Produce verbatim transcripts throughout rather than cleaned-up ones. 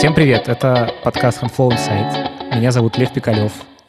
Всем привет, это подкаст Handful Insight. Меня зовут Лев Пикалев,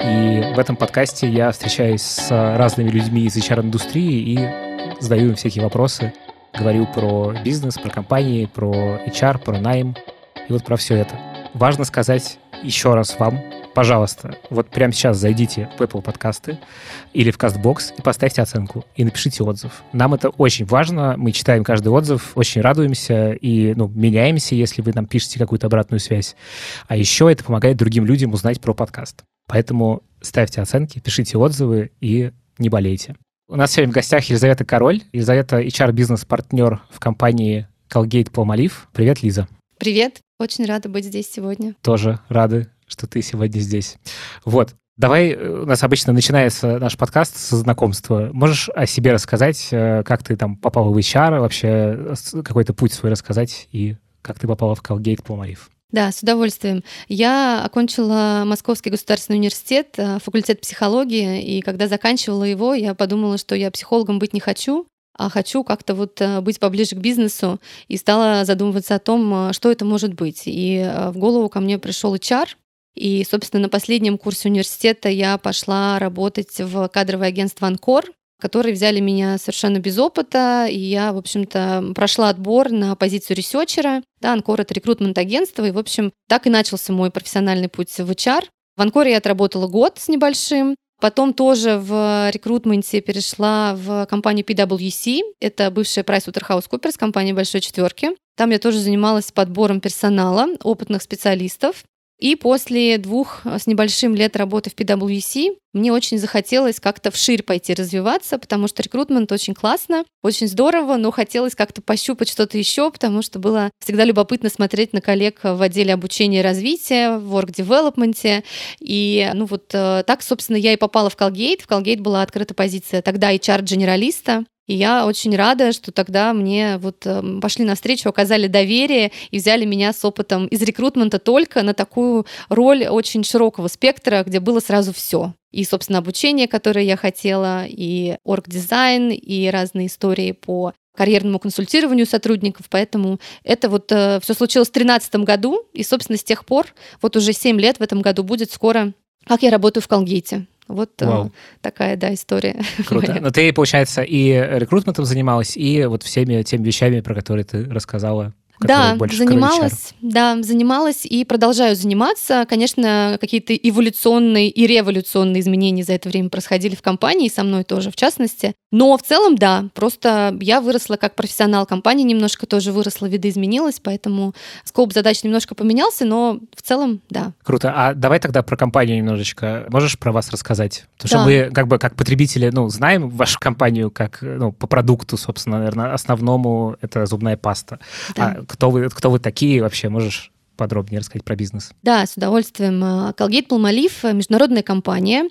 и в этом подкасте я встречаюсь с разными людьми из эйч ар-индустрии и задаю им всякие вопросы. Говорю про бизнес, про компании, про эйч ар, про найм и вот про все это. Важно сказать еще раз вам, пожалуйста, вот прямо сейчас зайдите в Apple подкасты или в CastBox и поставьте оценку, и напишите отзыв. Нам это очень важно, мы читаем каждый отзыв, очень радуемся и ну, меняемся, если вы нам пишете какую-то обратную связь. А еще это помогает другим людям узнать про подкаст. Поэтому ставьте оценки, пишите отзывы и не болейте. У нас сегодня в гостях Елизавета Король. Елизавета эйч ар-бизнес-партнер в компании Colgate-Palmolive. Привет, Лиза. Привет. Очень рада быть здесь сегодня. Тоже рады, что ты сегодня здесь. Вот. Давай, у нас обычно начинается наш подкаст со знакомства. Можешь о себе рассказать, как ты там попала в эйч ар, вообще какой-то путь свой рассказать и как ты попала в Colgate-Palmolive? Да, с удовольствием. Я окончила Московский государственный университет, факультет психологии, и когда заканчивала его, я подумала, что я психологом быть не хочу, а хочу как-то вот быть поближе к бизнесу, и стала задумываться о том, что это может быть. И в голову ко мне пришел эйч ар, и, собственно, на последнем курсе университета я пошла работать в кадровое агентство «Анкор», которые взяли меня совершенно без опыта, и я, в общем-то, прошла отбор на позицию ресерчера. Да, «Анкор» — это рекрутмент-агентство, и, в общем, так и начался мой профессиональный путь в эйч ар. В «Анкоре» я отработала год с небольшим, потом тоже в рекрутменте перешла в компанию пи дабл ю си, это бывшая PricewaterhouseCoopers, компания «Большой четверки». Там я тоже занималась подбором персонала, опытных специалистов. И после двух с небольшим лет работы в пи дабл ю си мне очень захотелось как-то вширь пойти развиваться, потому что рекрутмент очень классно, очень здорово, но хотелось как-то пощупать что-то еще, потому что было всегда любопытно смотреть на коллег в отделе обучения и развития, в work-девелопменте. И ну вот так, собственно, я и попала в Colgate. В Colgate была открыта позиция тогда эйч ар-генералиста. И я очень рада, что тогда мне вот пошли навстречу, оказали доверие и взяли меня с опытом из рекрутмента только на такую роль очень широкого спектра, где было сразу все. И, собственно, обучение, которое я хотела, и орг-дизайн, и разные истории по карьерному консультированию сотрудников. Поэтому это вот э, все случилось в две тысячи тринадцатом году, и, собственно, с тех пор, вот уже семь лет в этом году будет скоро, как я работаю в Colgate. Вот э, такая, да, история. Круто. Но ты, получается, и рекрутментом занималась, и вот всеми теми вещами, про которые ты рассказала. Да, занималась, да, занималась и продолжаю заниматься. Конечно, какие-то эволюционные и революционные изменения за это время происходили в компании, со мной тоже, в частности. Но в целом, да, просто я выросла как профессионал, компания немножко тоже выросла, видоизменилась, поэтому скоп задач немножко поменялся, но в целом, да. Круто. А давай тогда про компанию немножечко. Можешь про вас рассказать? Потому что да. мы как бы как потребители, ну, знаем вашу компанию как, ну, по продукту, собственно, наверное, основному это зубная паста. Да. А кто вы, кто вы такие вообще? Можешь подробнее рассказать про бизнес? Да, с удовольствием. Colgate-Palmolive — международная компания,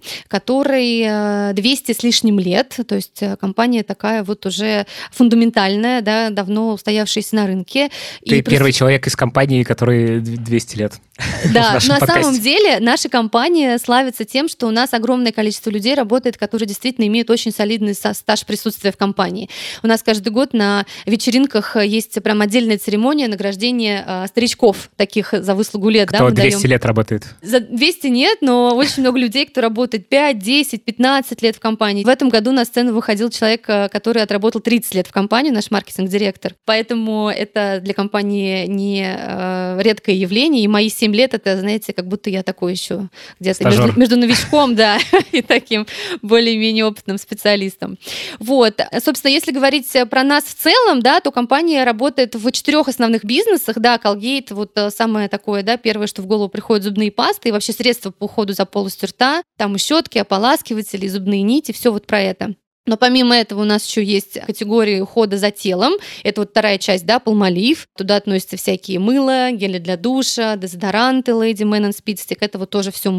которой двести с лишним лет, то есть компания такая вот уже фундаментальная, да, давно устоявшаяся на рынке. Ты и первый просто... человек из компании, который двести лет. Да, на подкасте. Самом деле наша компания славится тем, что у нас огромное количество людей работает, которые действительно имеют очень солидный стаж присутствия в компании. У нас каждый год на вечеринках есть прям отдельная церемония награждения старичков, таких за выслугу лет. Кто да, двести даем. Лет работает? За двести нет, но очень много людей, кто работает пять, десять, пятнадцать лет в компании. В этом году на сцену выходил человек, который отработал тридцать лет в компании, наш маркетинг-директор. Поэтому это для компании не э, редкое явление. И мои семь лет — это, знаете, как будто я такой еще где-то между, между новичком, да, и таким более-менее опытным специалистом. Вот. Собственно, если говорить про нас в целом, да, то компания работает в четырех основных бизнесах. Да, Colgate, вот самое такое, да, первое, что в голову приходит — зубные пасты и вообще средства по уходу за полостью рта, там и щетки, ополаскиватели, зубные нити, все вот про это. Но помимо этого у нас еще есть категория ухода за телом. Это вот вторая часть, да, Palmolive. Туда относятся всякие мыла, гели для душа, дезодоранты, Lady Man and Speed Stick. Это вот тоже все мы.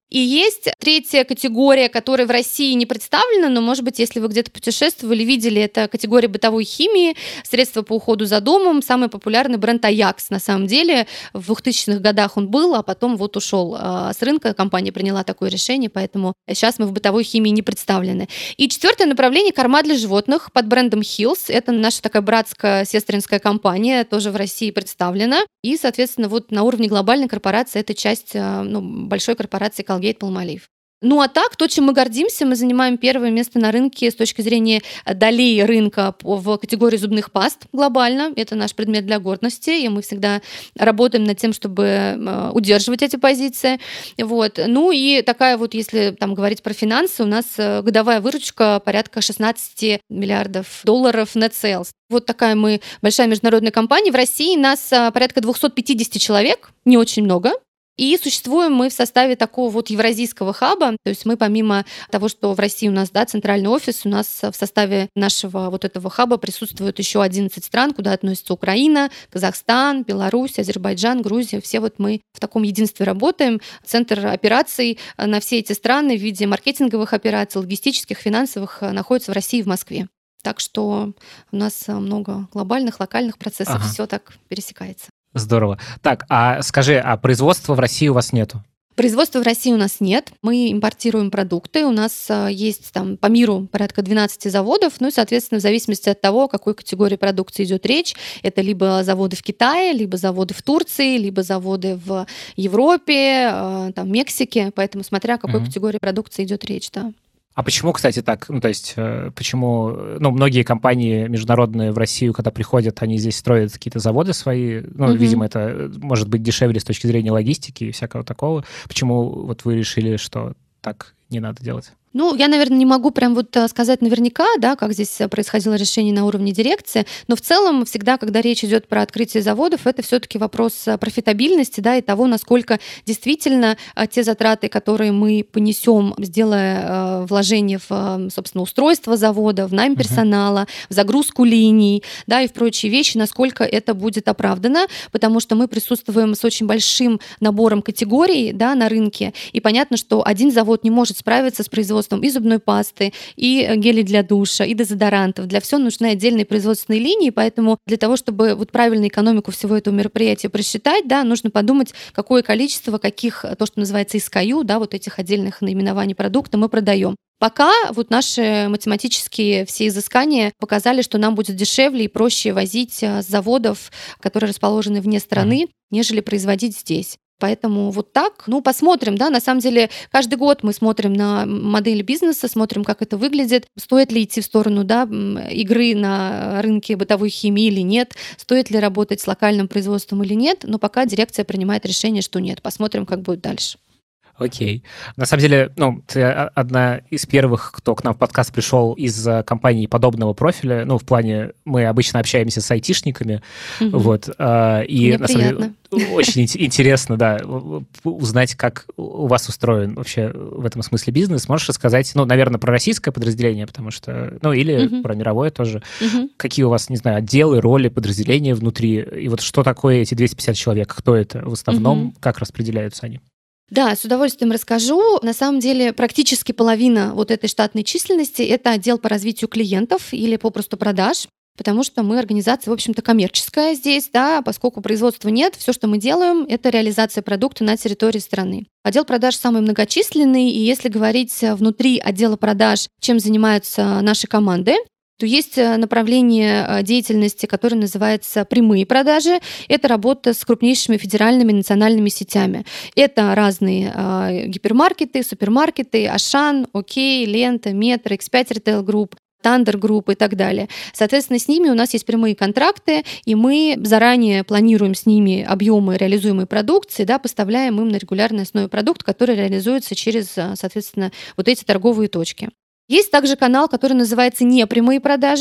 И есть третья категория, которая в России не представлена, но, может быть, если вы где-то путешествовали, видели, это категория бытовой химии, средства по уходу за домом. Самый популярный бренд Аякс, на самом деле. В двухтысячных годах он был, а потом вот ушел с рынка. Компания приняла такое решение, поэтому сейчас мы в бытовой химии не представлены. И четвертое направление — корма для животных под брендом Hills. Это наша такая братская сестринская компания, тоже в России представлена. И, соответственно, вот на уровне глобальной корпорации это часть ну, большой корпорации Colgate-Palmolive. Ну а так, то, чем мы гордимся, мы занимаем первое место на рынке с точки зрения долей рынка в категории зубных паст глобально. Это наш предмет для гордости, и мы всегда работаем над тем, чтобы удерживать эти позиции. Вот. Ну и такая вот, если там говорить про финансы, у нас годовая выручка порядка шестнадцать миллиардов долларов net sales. Вот такая мы большая международная компания. В России нас порядка двести пятьдесят человек, не очень много. И существуем мы в составе такого вот евразийского хаба, то есть мы помимо того, что в России у нас, да, центральный офис, у нас в составе нашего вот этого хаба присутствуют еще одиннадцать стран, куда относятся Украина, Казахстан, Беларусь, Азербайджан, Грузия. Все вот мы в таком единстве работаем. Центр операций на все эти страны в виде маркетинговых операций, логистических, финансовых находится в России и в Москве. Так что у нас много глобальных, локальных процессов, ага. Все так пересекается. Здорово. Так, а скажи, а производства в России у вас нету? Производства в России у нас нет. Мы импортируем продукты. У нас есть там по миру порядка двенадцать заводов. Ну и, соответственно, в зависимости от того, о какой категории продукции идет речь, это либо заводы в Китае, либо заводы в Турции, либо заводы в Европе, там, Мексике. Поэтому смотря о какой mm-hmm. категории продукции идет речь, да. А почему, кстати, так? Ну, то есть, почему, ну, многие компании международные в Россию, когда приходят, они здесь строят какие-то заводы свои, ну, mm-hmm. видимо, это может быть дешевле с точки зрения логистики и всякого такого. Почему вот вы решили, что так не надо делать? Ну, я, наверное, не могу прям вот сказать наверняка, да, как здесь происходило решение на уровне дирекции, но в целом всегда, когда речь идет про открытие заводов, это все-таки вопрос профитабельности, да, и того, насколько действительно те затраты, которые мы понесем, сделая вложение в, собственно, устройство завода, в найм персонала, в загрузку линий, да, и в прочие вещи, насколько это будет оправдано, потому что мы присутствуем с очень большим набором категорий, да, на рынке, и понятно, что один завод не может справиться с производством и зубной пасты, и гелей для душа, и дезодорантов. Для всего нужны отдельные производственные линии, поэтому для того, чтобы вот правильно экономику всего этого мероприятия просчитать, да, нужно подумать, какое количество каких, то, что называется эс кей ю, да, вот этих отдельных наименований продукта мы продаем. Пока вот наши математические все изыскания показали, что нам будет дешевле и проще возить с заводов, которые расположены вне страны, нежели производить здесь. Поэтому вот так, ну, посмотрим, да, на самом деле каждый год мы смотрим на модель бизнеса, смотрим, как это выглядит, стоит ли идти в сторону, да, игры на рынке бытовой химии или нет, стоит ли работать с локальным производством или нет, но пока дирекция принимает решение, что нет, посмотрим, как будет дальше. Окей. На самом деле, ну, ты одна из первых, кто к нам в подкаст пришел из компаний подобного профиля. Ну, в плане, мы обычно общаемся с айтишниками. Угу. Вот. И Мне на приятно. самом деле очень интересно, да, узнать, как у вас устроен вообще в этом смысле бизнес. Можешь рассказать, ну, наверное, про российское подразделение, потому что, ну, или угу. про мировое тоже. Угу. Какие у вас, не знаю, отделы, роли, подразделения внутри? И вот что такое эти двести пятьдесят человек? Кто это в основном? Угу. Как распределяются они? Да, с удовольствием расскажу. На самом деле практически половина вот этой штатной численности — это отдел по развитию клиентов или попросту продаж, потому что мы организация, в общем-то, коммерческая здесь, да, поскольку производства нет, все, что мы делаем, это реализация продукта на территории страны. Отдел продаж самый многочисленный, и если говорить внутри отдела продаж, чем занимаются наши команды, то есть направление деятельности, которое называется прямые продажи. Это работа с крупнейшими федеральными национальными сетями. Это разные э, гипермаркеты, супермаркеты, Ашан, Окей, Лента, Метро, икс пять Retail Group, Тандер Групп и так далее. Соответственно, с ними у нас есть прямые контракты, и мы заранее планируем с ними объемы реализуемой продукции, да, поставляем им на регулярной основе продукт, который реализуется через, соответственно, вот эти торговые точки. Есть также канал, который называется непрямые продажи.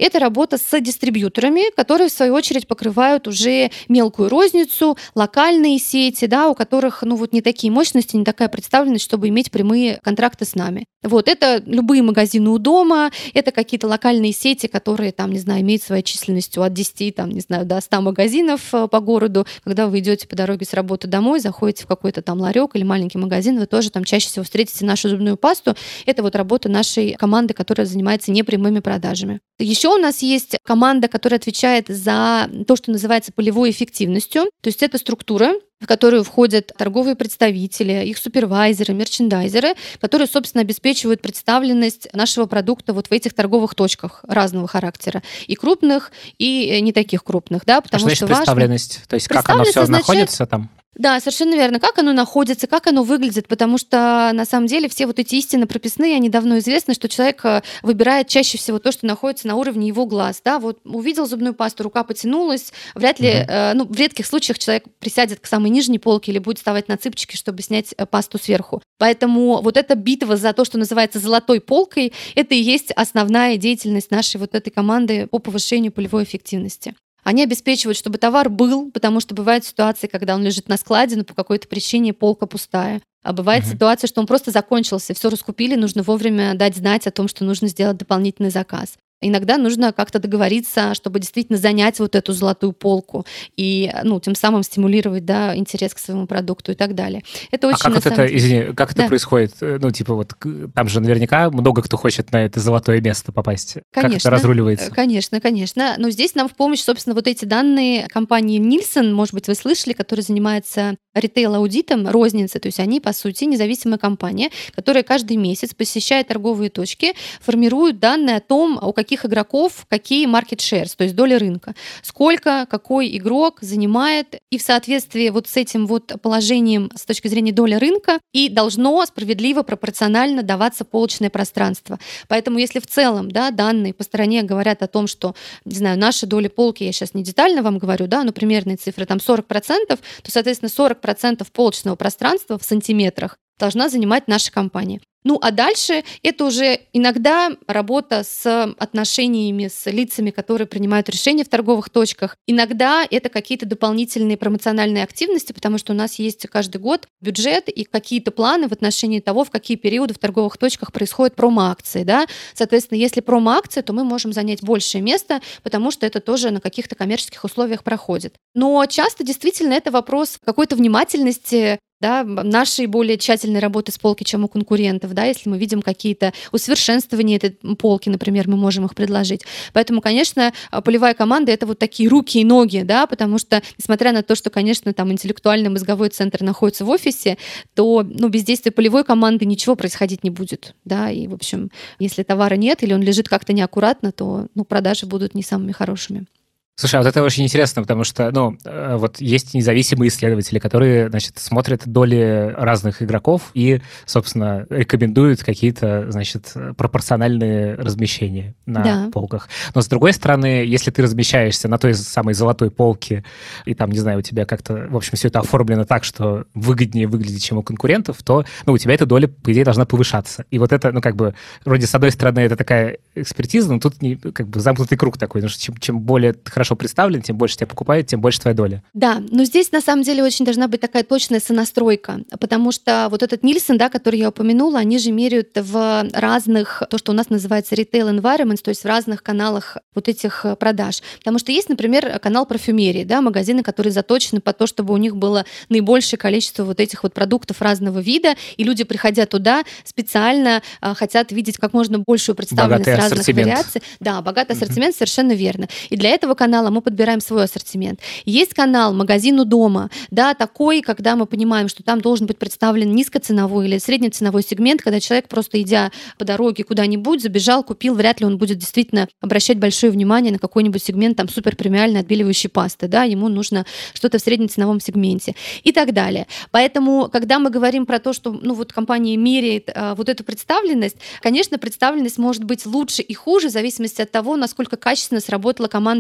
Это работа с дистрибьюторами, которые, в свою очередь, покрывают уже мелкую розницу, локальные сети, да, у которых ну, вот не такие мощности, не такая представленность, чтобы иметь прямые контракты с нами. Вот, это любые магазины у дома, это какие-то локальные сети, которые, там, не знаю, имеют своей численностью от десяти, там, не знаю, до ста магазинов по городу. Когда вы идете по дороге с работы домой, заходите в какой-то там ларек или маленький магазин, вы тоже там чаще всего встретите нашу зубную пасту. Это вот работа нашей команды, которая занимается непрямыми продажами. Еще у нас есть команда, которая отвечает за то, что называется полевой эффективностью. То есть это структура, в которую входят торговые представители, их супервайзеры, мерчендайзеры, которые, собственно, обеспечивают представленность нашего продукта вот в этих торговых точках разного характера. И крупных, и не таких крупных. Да, потому а что что значит представленность? Важно... То есть как оно все означает... находится там? Да, совершенно верно. Как оно находится, как оно выглядит, потому что на самом деле все вот эти истины прописные, они давно известны, что человек выбирает чаще всего то, что находится на уровне его глаз. Да, вот увидел зубную пасту, рука потянулась, вряд ли, угу. э, ну, в редких случаях человек присядет к самой нижней полке или будет вставать на цыпочки, чтобы снять пасту сверху. Поэтому вот эта битва за то, что называется золотой полкой, это и есть основная деятельность нашей вот этой команды по повышению полевой эффективности. Они обеспечивают, чтобы товар был, потому что бывают ситуации, когда он лежит на складе, но по какой-то причине полка пустая. А бывает uh-huh. ситуация, что он просто закончился, все раскупили, нужно вовремя дать знать о том, что нужно сделать дополнительный заказ. Иногда нужно как-то договориться, чтобы действительно занять вот эту золотую полку и ну, тем самым стимулировать да, интерес к своему продукту и так далее. Это очень, а как вот это, деле... извини, как да. это происходит? Ну, типа вот там же наверняка много кто хочет на это золотое место попасть. Конечно, как это разруливается? Конечно, конечно. Но здесь нам в помощь, собственно, вот эти данные компании Nielsen, может быть, вы слышали, которая занимается ритейл-аудитом, розницы. То есть они, по сути, независимая компания, которая каждый месяц, посещая торговые точки, формирует данные о том, у каких игроков какие market shares, то есть доля рынка. Сколько какой игрок занимает, и в соответствии вот с этим вот положением с точки зрения доли рынка и должно справедливо, пропорционально даваться полочное пространство. Поэтому если в целом да, данные по стороне говорят о том, что, не знаю, наши доли полки, я сейчас не детально вам говорю, да, но примерные цифры, там сорок процентов, то, соответственно, сорок процентов полочного пространства в сантиметрах должна занимать наша компания. Ну, а дальше это уже иногда работа с отношениями с лицами, которые принимают решения в торговых точках. Иногда это какие-то дополнительные промоциональные активности, потому что у нас есть каждый год бюджет и какие-то планы в отношении того, в какие периоды в торговых точках происходят промо-акции. Да? Соответственно, если промо-акция, то мы можем занять большее место, потому что это тоже на каких-то коммерческих условиях проходит. Но часто действительно это вопрос какой-то внимательности, да, нашей более тщательной работы с полки, чем у конкурентов, да, если мы видим какие-то усовершенствования этой полки, например, мы можем их предложить. Поэтому, конечно, полевая команда — это вот такие руки и ноги, да, потому что, несмотря на то, что, конечно, там интеллектуальный мозговой центр находится в офисе, то ну, без действия полевой команды ничего происходить не будет, да, и, в общем, если товара нет или он лежит как-то неаккуратно, то ну, продажи будут не самыми хорошими. Слушай, а вот это очень интересно, потому что, ну, вот есть независимые исследователи, которые, значит, смотрят доли разных игроков и, собственно, рекомендуют какие-то, значит, пропорциональные размещения на да. полках. Но, с другой стороны, если ты размещаешься на той самой золотой полке, и там, не знаю, у тебя как-то, в общем, все это оформлено так, что выгоднее выглядит, чем у конкурентов, то, ну, у тебя эта доля, по идее, должна повышаться. И вот это, ну, как бы, вроде, с одной стороны, это такая экспертиза, но тут, не, как бы, замкнутый круг такой, потому что чем, чем более хорошо представлен, тем больше тебя покупают, тем больше твоя доля. Да, но здесь на самом деле очень должна быть такая точная сонастройка, потому что вот этот Nielsen, да, который я упомянула, они же меряют в разных, то, что у нас называется retail environments, то есть в разных каналах вот этих продаж. Потому что есть, например, канал парфюмерии, да, магазины, которые заточены по то, чтобы у них было наибольшее количество вот этих вот продуктов разного вида, и люди, приходя туда, специально а, хотят видеть как можно большую представленность богатый разных ассортимент. вариаций. Да, богатый ассортимент, mm-hmm. совершенно верно. И для этого канала мы подбираем свой ассортимент. Есть канал «Магазин у дома», да, такой, когда мы понимаем, что там должен быть представлен низкоценовой или среднеценовой сегмент, когда человек просто идя по дороге куда-нибудь, забежал, купил, вряд ли он будет действительно обращать большое внимание на какой-нибудь сегмент там суперпремиальной отбеливающей пасты, да, ему нужно что-то в среднеценовом сегменте и так далее. Поэтому, когда мы говорим про то, что ну, вот компания меряет а, вот эту представленность, конечно, представленность может быть лучше и хуже в зависимости от того, насколько качественно сработала команда отдела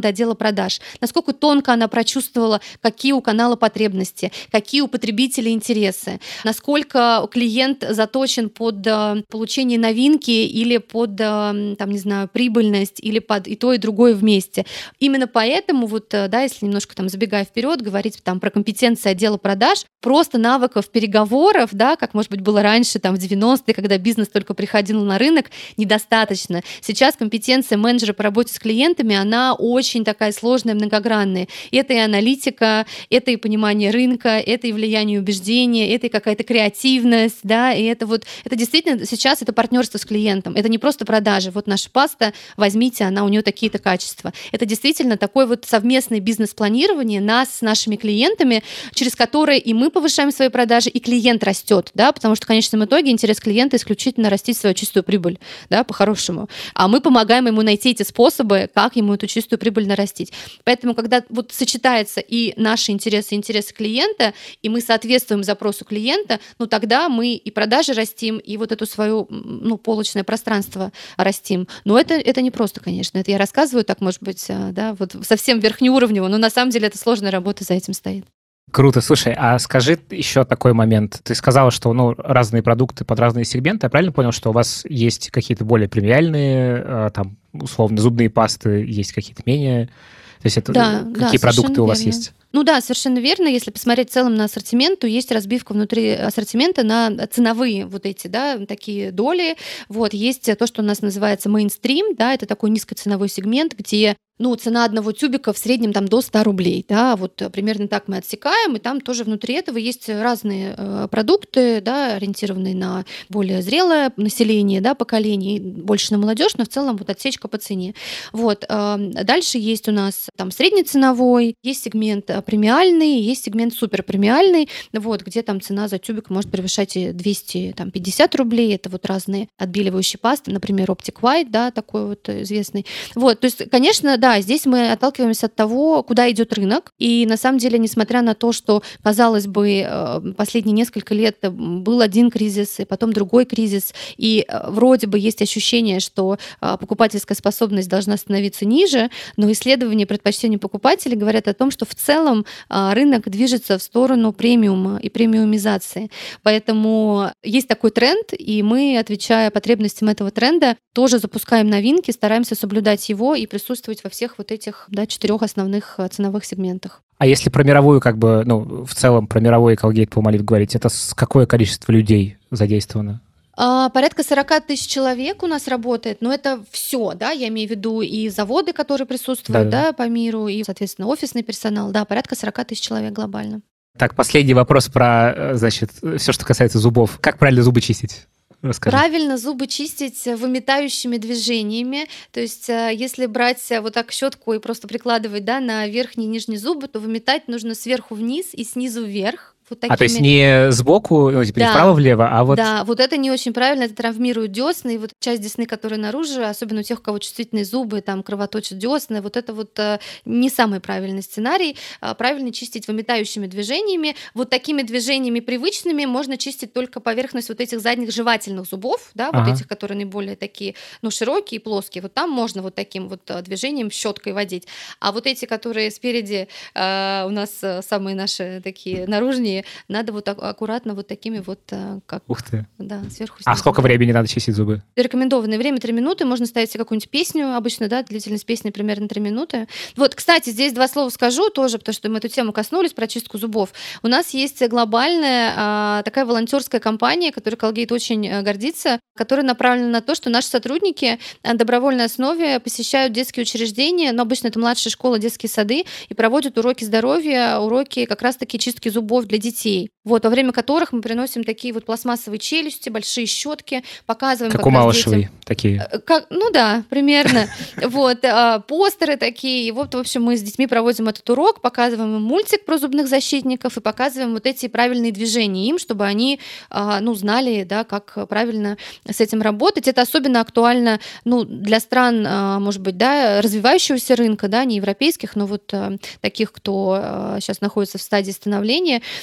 продаж, насколько тонко она прочувствовала, какие у канала потребности, какие у потребителей интересы, насколько клиент заточен под э, получение новинки или под, э, там, не знаю, прибыльность, или под и то, и другое вместе. Именно поэтому, вот, э, да, если немножко там забегая вперед, говорить там про компетенции отдела продаж, просто навыков переговоров, да, как, может быть, было раньше, там, в девяностые, когда бизнес только приходил на рынок, недостаточно. Сейчас компетенция менеджера по работе с клиентами, она очень такая сложная, многогранная. Это и аналитика, это и понимание рынка, это и влияние убеждения, это и какая-то креативность, да, и это вот, это действительно сейчас это партнерство с клиентом, это не просто продажи. Вот наша паста, возьмите, она у нее такие-то качества. Это действительно такое вот совместное бизнес-планирование нас с нашими клиентами, через которое и мы повышаем свои продажи, и клиент растет, да, потому что в конечном итоге интерес клиента исключительно растить свою чистую прибыль, да, по-хорошему. А мы помогаем ему найти эти способы, как ему эту чистую прибыль нарастить. Поэтому, когда вот сочетается и наши интересы, и интересы клиента, и мы соответствуем запросу клиента, ну тогда мы и продажи растим, и вот эту свою, ну, полочное пространство растим. Но это, это не просто, конечно. Это я рассказываю так, может быть, да, вот совсем верхнеуровнево, но на самом деле это сложная работа за этим стоит. Круто. Слушай, а скажи еще такой момент. Ты сказала, что, ну, разные продукты под разные сегменты. Я правильно понял, что у вас есть какие-то более премиальные, там, условно, зубные пасты, есть какие-то менее... То есть это да, какие да, продукты у вас верно. есть? Ну да, совершенно верно. Если посмотреть в целом на ассортимент, то есть разбивка внутри ассортимента на ценовые вот эти, да, такие доли. Вот, есть то, что у нас называется мейнстрим, да, это такой низкоценовой сегмент, где ну, цена одного тюбика в среднем там до ста рублей, да, вот примерно так мы отсекаем, и там тоже внутри этого есть разные э, продукты, да, ориентированные на более зрелое население, да, поколение, больше на молодежь, но в целом вот отсечка по цене. Вот, э, дальше есть у нас там среднеценовой, есть сегмент премиальный, есть сегмент суперпремиальный, вот, где там цена за тюбик может превышать и двести пятьдесят рублей, это вот разные отбеливающие пасты, например, Optic White, да, такой вот известный. Вот, то есть, конечно, да, здесь мы отталкиваемся от того, куда идет рынок. И на самом деле, несмотря на то, что, казалось бы, последние несколько лет был один кризис, и потом другой кризис, и вроде бы есть ощущение, что покупательская способность должна становиться ниже, но исследования предпочтений покупателей говорят о том, что в целом рынок движется в сторону премиума и премиумизации. Поэтому есть такой тренд, и мы, отвечая потребностям этого тренда, тоже запускаем новинки, стараемся соблюдать его и присутствовать во всех вот этих, да, четырех основных ценовых сегментах. А если про мировую, как бы, ну, в целом про мировой Colgate-Palmolive говорить, это с какое количество людей задействовано? А, порядка сорок тысяч человек у нас работает, но это все, да, я имею в виду и заводы, которые присутствуют, да, да, по миру, и, соответственно, офисный персонал, да, порядка сорок тысяч человек глобально. Так, последний вопрос про, значит, все, что касается зубов. Как правильно зубы чистить? Расскажи. Правильно зубы чистить выметающими движениями. То есть, если брать вот так щетку и просто прикладывать, да, на верхние и нижние зубы, то выметать нужно сверху вниз и снизу вверх. Вот такими... А то есть не сбоку, ну, типа, да, не вправо-влево, а вот... Да, вот это не очень правильно, это травмирует десны, и вот часть десны, которая наружу, особенно у тех, у кого чувствительные зубы, там кровоточат десны, вот это вот не самый правильный сценарий. Правильно чистить выметающими движениями. Вот такими движениями привычными можно чистить только поверхность вот этих задних жевательных зубов, да, ага. вот этих, которые наиболее такие, ну, широкие и плоские. Вот там можно вот таким вот движением щеткой водить. А вот эти, которые спереди у нас самые наши такие наружные, надо вот аккуратно вот такими вот, как... Ух ты. Да, сверху. А сколько времени надо чистить зубы? Рекомендованное время три минуты. Можно ставить себе какую-нибудь песню. Обычно, да, длительность песни примерно три минуты. Вот, кстати, здесь два слова скажу тоже, потому что мы эту тему коснулись, про чистку зубов. У нас есть глобальная а, такая волонтерская кампания, которой Colgate очень гордится, которая направлена на то, что наши сотрудники на добровольной основе посещают детские учреждения, но обычно это младшая школа, детские сады, и проводят уроки здоровья, уроки как раз-таки чистки зубов для детей. Вот, во время которых мы приносим такие вот пластмассовые челюсти, большие щетки, показываем, как, как у Малышевой такие. Как, ну да, примерно. Вот, постеры такие. И вот, в общем, мы с детьми проводим этот урок, показываем им мультик про зубных защитников и показываем вот эти правильные движения им, чтобы они, ну, знали, да, как правильно с этим работать. Это особенно актуально, ну, для стран, может быть, да, развивающегося рынка, да, не европейских, но вот таких, кто сейчас находится в стадии становления.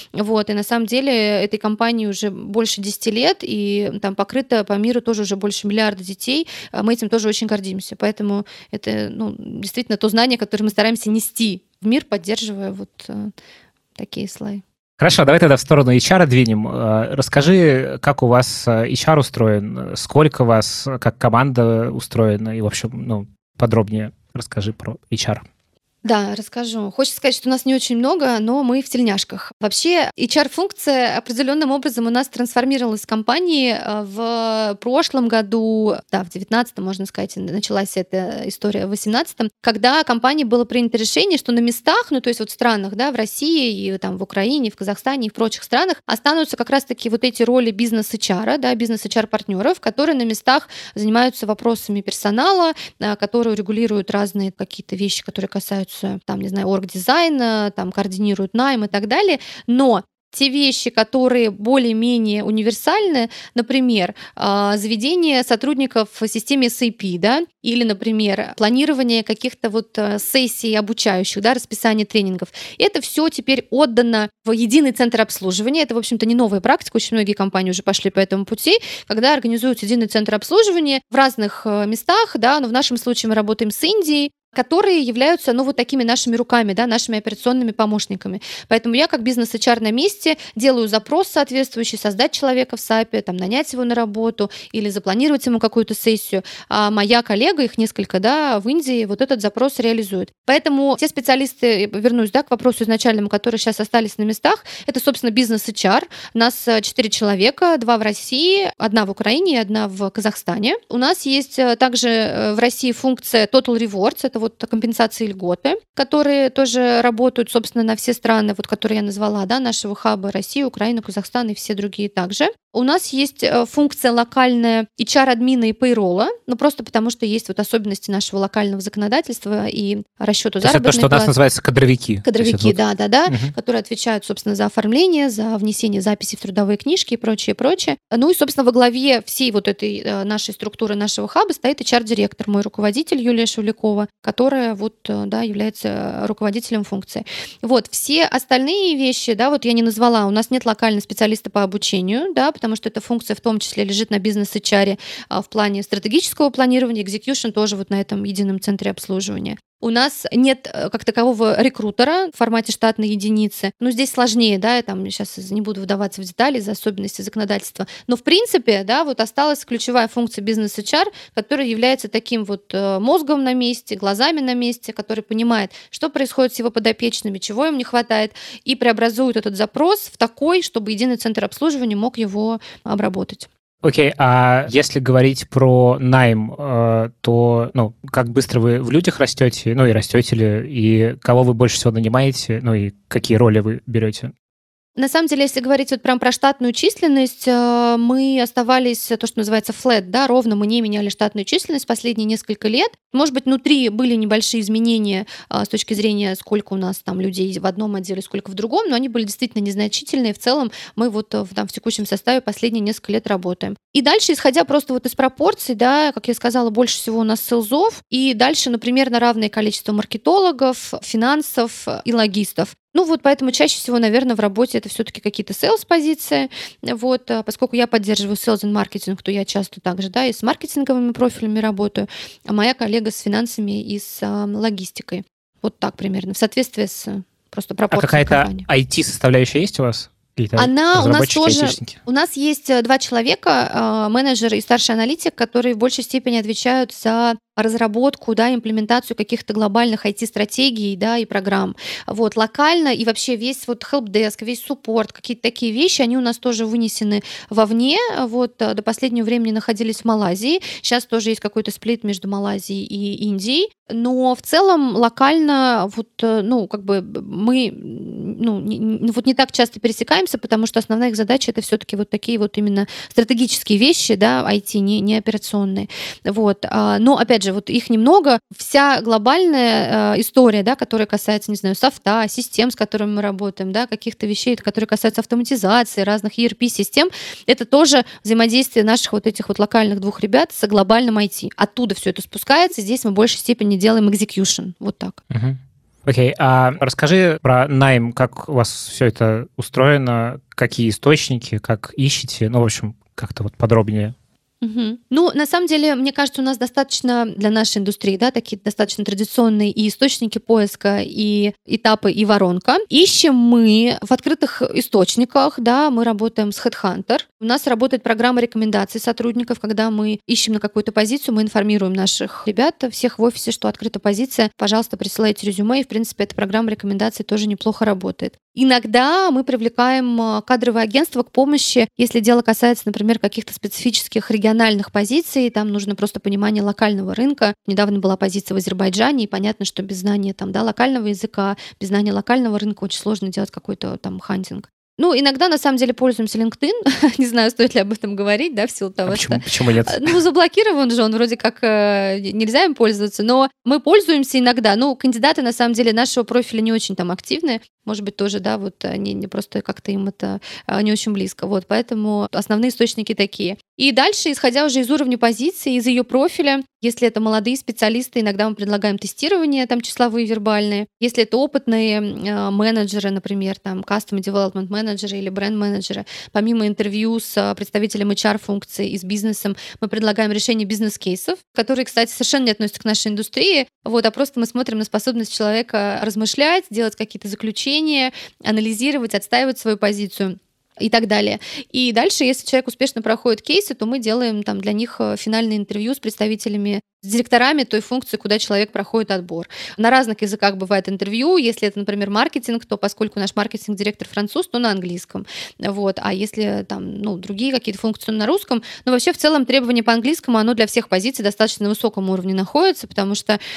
Вот, и на самом деле этой компании уже больше десяти лет, и там покрыто по миру тоже уже больше миллиарда детей. Мы этим тоже очень гордимся. Поэтому это, ну, действительно то знание, которое мы стараемся нести в мир, поддерживая вот э, такие слои. Хорошо, давай тогда в сторону эйч ар двинем. Расскажи, как у вас эйч ар устроен, сколько у вас, как команда устроена, и, в общем, ну, подробнее расскажи про эйч ар. Да, расскажу. Хочется сказать, что у нас не очень много, но мы в тельняшках. Вообще, эйч ар-функция определенным образом у нас трансформировалась в компании в прошлом году, да, в девятнадцатом, можно сказать, началась эта история в восемнадцатом, когда компании было принято решение, что на местах, ну, то есть вот в странах, да, в России и там в Украине, в Казахстане и в прочих странах останутся как раз-таки вот эти роли бизнес-эйч ар, да, бизнес-эйч ар-партнеров, которые на местах занимаются вопросами персонала, которые регулируют разные какие-то вещи, которые касаются там, не знаю, оргдизайна, там, координируют найм и так далее, но те вещи, которые более-менее универсальны, например, заведение сотрудников в системе эс эй пи, да, или, например, планирование каких-то вот сессий обучающих, да, расписание тренингов. Это все теперь отдано в единый центр обслуживания. Это, в общем-то, не новая практика, очень многие компании уже пошли по этому пути, когда организуют единый центр обслуживания в разных местах, да, но в нашем случае мы работаем с Индией, которые являются, ну, вот такими нашими руками, да, нашими операционными помощниками. Поэтому я, как бизнес-эйч ар на месте, делаю запрос соответствующий, создать человека в сапе, там, нанять его на работу или запланировать ему какую-то сессию. А моя коллега, их несколько, да, в Индии, вот этот запрос реализует. Поэтому те специалисты, вернусь, да, к вопросу изначальному, которые сейчас остались на местах, это, собственно, бизнес-эйч ар. У нас четыре человека, два в России, одна в Украине и одна в Казахстане. У нас есть также в России функция Total Rewards, это вот компенсации и льготы, которые тоже работают, собственно, на все страны, вот, которые я назвала, да, нашего хаба: Россия, Украина, Казахстан и все другие также. У нас есть функция локальная эйч ар-админа и пейролла, ну просто потому, что есть вот особенности нашего локального законодательства и расчету заработной платы. Это то, что у нас называется кадровики. Кадровики, да-да-да, угу. которые отвечают, собственно, за оформление, за внесение записей в трудовые книжки и прочее, прочее. Ну и, собственно, во главе всей вот этой нашей структуры, нашего хаба стоит эйч ар-директор, мой руководитель Юлия Шевлякова, которая вот, да, является руководителем функции. Вот, все остальные вещи, да, вот я не назвала, у нас нет локального специалиста по обучению, да, потому что эта функция в том числе лежит на бизнес-эйч ар в плане стратегического планирования, execution тоже вот на этом едином центре обслуживания. У нас нет как такового рекрутера в формате штатной единицы. Ну, здесь сложнее, да, я там сейчас не буду вдаваться в детали из-за особенностей законодательства. Но, в принципе, да, вот осталась ключевая функция бизнес-эйч ар, которая является таким вот мозгом на месте, глазами на месте, который понимает, что происходит с его подопечными, чего им не хватает, и преобразует этот запрос в такой, чтобы единый центр обслуживания мог его обработать. Окей, okay, а если говорить про найм, то, ну, как быстро вы в людях растете, ну и растете ли, и кого вы больше всего нанимаете, ну и какие роли вы берете? На самом деле, если говорить вот прям про штатную численность, мы оставались, то, что называется, flat, да, ровно, мы не меняли штатную численность последние несколько лет. Может быть, внутри были небольшие изменения с точки зрения, сколько у нас там людей в одном отделе, сколько в другом, но они были действительно незначительные. В целом мы вот там в текущем составе последние несколько лет работаем. И дальше, исходя просто вот из пропорций, да, как я сказала, больше всего у нас селзов, и дальше, например, на равное количество маркетологов, финансов и логистов. Ну вот поэтому чаще всего, наверное, в работе это все-таки какие-то sales-позиции. Вот, поскольку я поддерживаю sales and marketing, то я часто также, да, и с маркетинговыми профилями работаю, а моя коллега с финансами и с а, логистикой. Вот так примерно, в соответствии с просто пропорцией. А какая-то компании. ай ти-составляющая есть у вас? Она у нас тоже, у нас есть два человека, менеджер и старший аналитик, которые в большей степени отвечают за разработку, да, имплементацию каких-то глобальных ай ти-стратегий, да, и программ. Вот, локально и вообще весь вот helpdesk, весь суппорт, какие-то такие вещи, они у нас тоже вынесены вовне. Вот, до последнего времени находились в Малайзии. Сейчас тоже есть какой-то сплит между Малайзией и Индией. Но в целом локально вот, ну, как бы мы, ну, не, вот не так часто пересекаемся, потому что основная их задача — это все-таки вот такие вот именно стратегические вещи, да, ай ти, не, не операционные. Вот. Но, опять же, вот их немного. Вся глобальная э, история, да, которая касается, не знаю, софта, систем, с которыми мы работаем, да, каких-то вещей, которые касаются автоматизации, разных и эр пи-систем, это тоже взаимодействие наших вот этих вот локальных двух ребят с глобальным ай ти. Оттуда все это спускается, здесь мы в большей степени делаем execution. Вот так. Угу. Окей, а расскажи про найм, как у вас все это устроено, какие источники, как ищете, ну, в общем, как-то вот подробнее. Мгм. Ну, на самом деле, мне кажется, у нас достаточно для нашей индустрии, да, такие достаточно традиционные и источники поиска, и этапы, и воронка. Ищем мы в открытых источниках, да, мы работаем с HeadHunter. У нас работает программа рекомендаций сотрудников, когда мы ищем на какую-то позицию, мы информируем наших ребят, всех в офисе, что открыта позиция, пожалуйста, присылайте резюме, и, в принципе, эта программа рекомендаций тоже неплохо работает. Иногда мы привлекаем кадровое агентство к помощи, если дело касается, например, каких-то специфических региональных позиций, там нужно просто понимание локального рынка. Недавно была позиция в Азербайджане, и понятно, что без знания там, да, локального языка, без знания локального рынка очень сложно делать какой-то там хантинг. Ну, иногда, на самом деле, пользуемся LinkedIn. Не знаю, стоит ли об этом говорить, да, в силу того, а почему, что... Почему нет? Ну, заблокирован же он, вроде как э, нельзя им пользоваться, но мы пользуемся иногда. Ну, кандидаты, на самом деле, нашего профиля не очень там активны. Может быть, тоже, да, вот они не просто как-то им это а, не очень близко. Вот, поэтому основные источники такие. И дальше, исходя уже из уровня позиции, из ее профиля, если это молодые специалисты, иногда мы предлагаем тестирование, там числовые, вербальные. Если это опытные э, менеджеры, например, там Customer Development менеджеры или бренд-менеджеры, помимо интервью с представителем эйч ар-функции и с бизнесом, мы предлагаем решение бизнес-кейсов, которые, кстати, совершенно не относятся к нашей индустрии, вот, а просто мы смотрим на способность человека размышлять, делать какие-то заключения, анализировать, отстаивать свою позицию и так далее. И дальше, если человек успешно проходит кейсы, то мы делаем там для них финальное интервью с представителями, с директорами той функции, куда человек проходит отбор. На разных языках бывает интервью. Если это, например, маркетинг, то поскольку наш маркетинг-директор француз, то на английском. Вот. А если там, ну, другие какие-то функции, то на русском. Но вообще в целом требование по английскому, оно для всех позиций достаточно на высоком уровне находится, потому что э,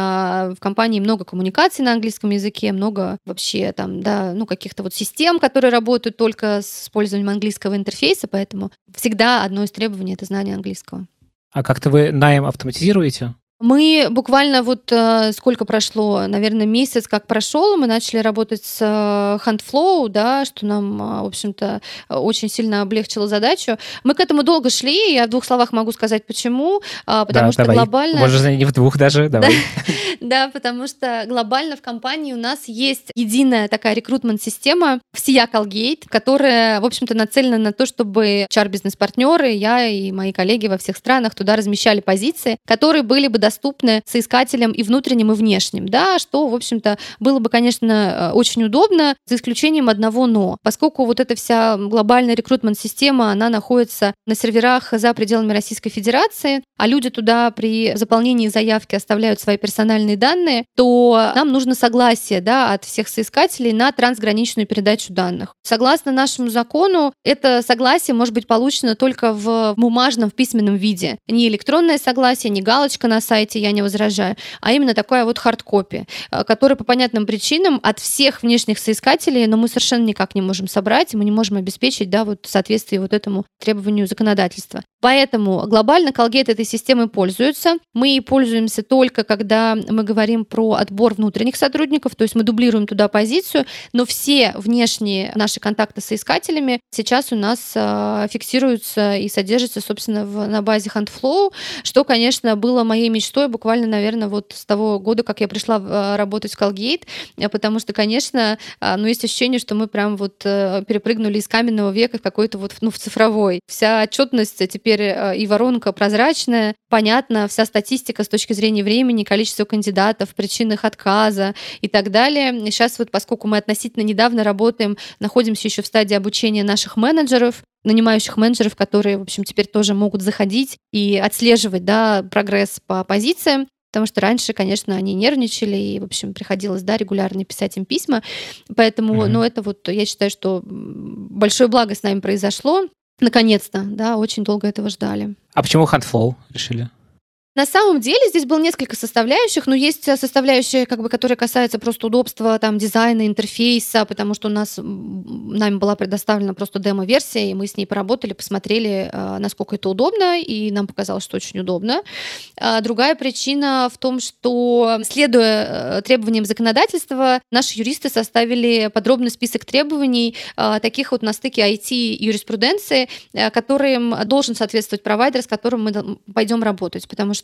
в компании много коммуникаций на английском языке, много вообще там, да, ну, каких-то вот систем, которые работают только с использованием английского интерфейса, поэтому всегда одно из требований — это знание английского. А как-то вы найм автоматизируете? Мы буквально вот э, сколько прошло, наверное, месяц как прошел, мы начали работать с э, HuntFlow, да, что нам, э, в общем-то, очень сильно облегчило задачу. Мы к этому долго шли, я в двух словах могу сказать, почему. Э, потому да, что давай. глобально... Может, не в двух даже, давай. Да, потому что глобально в компании у нас есть единая такая рекрутмент-система Всея Colgate, которая, в общем-то, нацелена на то, чтобы эйч ар-бизнес-партнеры, я и мои коллеги во всех странах туда размещали позиции, которые были бы доступны соискателям и внутренним, и внешним, да, что, в общем-то, было бы, конечно, очень удобно, за исключением одного «но». Поскольку вот эта вся глобальная рекрутмент-система, она находится на серверах за пределами Российской Федерации, а люди туда при заполнении заявки оставляют свои персональные данные, то нам нужно согласие, да, от всех соискателей на трансграничную передачу данных. Согласно нашему закону, это согласие может быть получено только в бумажном, в письменном виде. Не электронное согласие, не галочка на сайте «Я не возражаю», а именно такая вот хардкопи, которая по понятным причинам от всех внешних соискателей, но мы совершенно никак не можем собрать, мы не можем обеспечить, да, вот соответствие вот этому требованию законодательства. Поэтому глобально Colgate этой системой пользуется. Мы ей пользуемся только, когда мы говорим про отбор внутренних сотрудников, то есть мы дублируем туда позицию, но все внешние наши контакты с соискателями сейчас у нас э, фиксируются и содержатся, собственно, в, на базе HuntFlow, что, конечно, было моей мечтой буквально, наверное, вот с того года, как я пришла э, работать в Colgate, потому что, конечно, э, ну, есть ощущение, что мы прям вот э, перепрыгнули из каменного века в какой-то вот, ну, в цифровой. Вся отчетность теперь и воронка прозрачная, понятна, вся статистика с точки зрения времени, количество кандидатов, причин их отказа и так далее. И сейчас вот, поскольку мы относительно недавно работаем, находимся еще в стадии обучения наших менеджеров, нанимающих менеджеров, которые, в общем, теперь тоже могут заходить и отслеживать, да, прогресс по позициям. Потому что раньше, конечно, они нервничали, и, в общем, приходилось, да, регулярно писать им письма. Поэтому, mm-hmm. ну, это вот, я считаю, что большое благо с нами произошло. Наконец-то, да, очень долго этого ждали. А почему HuntFlow решили? На самом деле здесь было несколько составляющих, но есть составляющая, как бы, которая касается просто удобства там, дизайна, интерфейса, потому что у нас нами была предоставлена просто демо-версия, и мы с ней поработали, посмотрели, насколько это удобно, и нам показалось, что очень удобно. Другая причина в том, что, следуя требованиям законодательства, наши юристы составили подробный список требований, таких вот на стыке ай ти и юриспруденции, которым должен соответствовать провайдер, с которым мы пойдем работать, потому что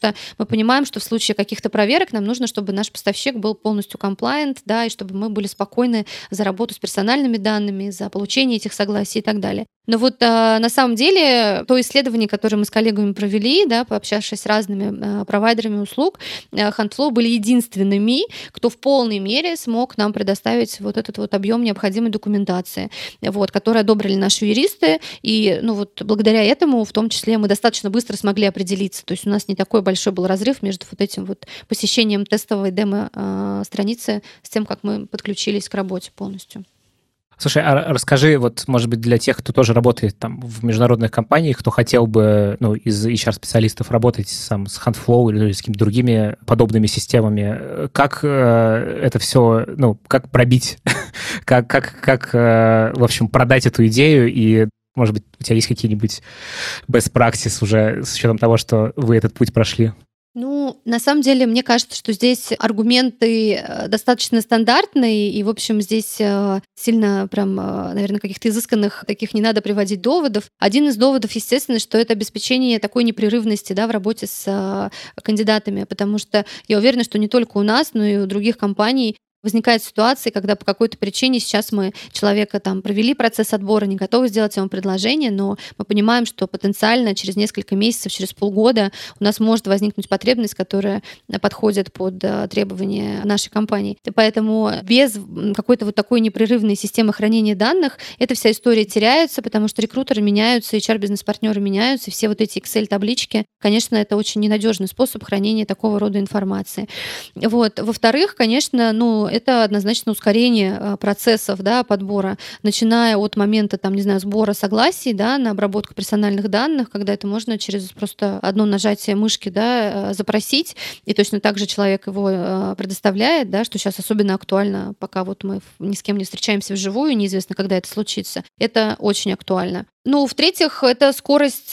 что мы понимаем, что в случае каких-то проверок нам нужно, чтобы наш поставщик был полностью compliant, да, и чтобы мы были спокойны за работу с персональными данными, за получение этих согласий и так далее. Но вот а, на самом деле то исследование, которое мы с коллегами провели, да, пообщавшись с разными а, провайдерами услуг, а, HandFlow были единственными, кто в полной мере смог нам предоставить вот этот вот объем необходимой документации, вот, которую одобрили наши юристы. И ну, вот, благодаря этому в том числе мы достаточно быстро смогли определиться. То есть у нас не такой большой был разрыв между вот этим вот посещением тестовой демо-страницы с тем, как мы подключились к работе полностью. Слушай, а расскажи, вот, может быть, для тех, кто тоже работает там в международных компаниях, кто хотел бы, ну, из эйч ар-специалистов работать сам с HandFlow или с какими-то другими подобными системами, как э, это все, ну, как пробить, как, как, как э, в общем, продать эту идею, и, может быть, у тебя есть какие-нибудь best practice уже с учетом того, что вы этот путь прошли? Ну, на самом деле, мне кажется, что здесь аргументы достаточно стандартные, и, в общем, здесь сильно прям, наверное, каких-то изысканных таких не надо приводить доводов. Один из доводов, естественно, что это обеспечение такой непрерывности, да, в работе с кандидатами, потому что я уверена, что не только у нас, но и у других компаний возникают ситуации, когда по какой-то причине сейчас мы человека там провели процесс отбора, не готовы сделать ему предложение, но мы понимаем, что потенциально через несколько месяцев, через полгода у нас может возникнуть потребность, которая подходит под требования нашей компании. И поэтому без какой-то вот такой непрерывной системы хранения данных эта вся история теряется, потому что рекрутеры меняются, эйч ар-бизнес-партнеры меняются, и все вот эти Excel-таблички, конечно, это очень ненадежный способ хранения такого рода информации. Вот. Во-вторых, конечно, ну, это однозначно ускорение процессов, да, подбора, начиная от момента, там, не знаю, сбора согласий, да, на обработку персональных данных, когда это можно через просто одно нажатие мышки, да, запросить, и точно так же человек его предоставляет, да, что сейчас особенно актуально, пока вот мы ни с кем не встречаемся вживую, неизвестно, когда это случится. Это очень актуально. Ну, в-третьих, это скорость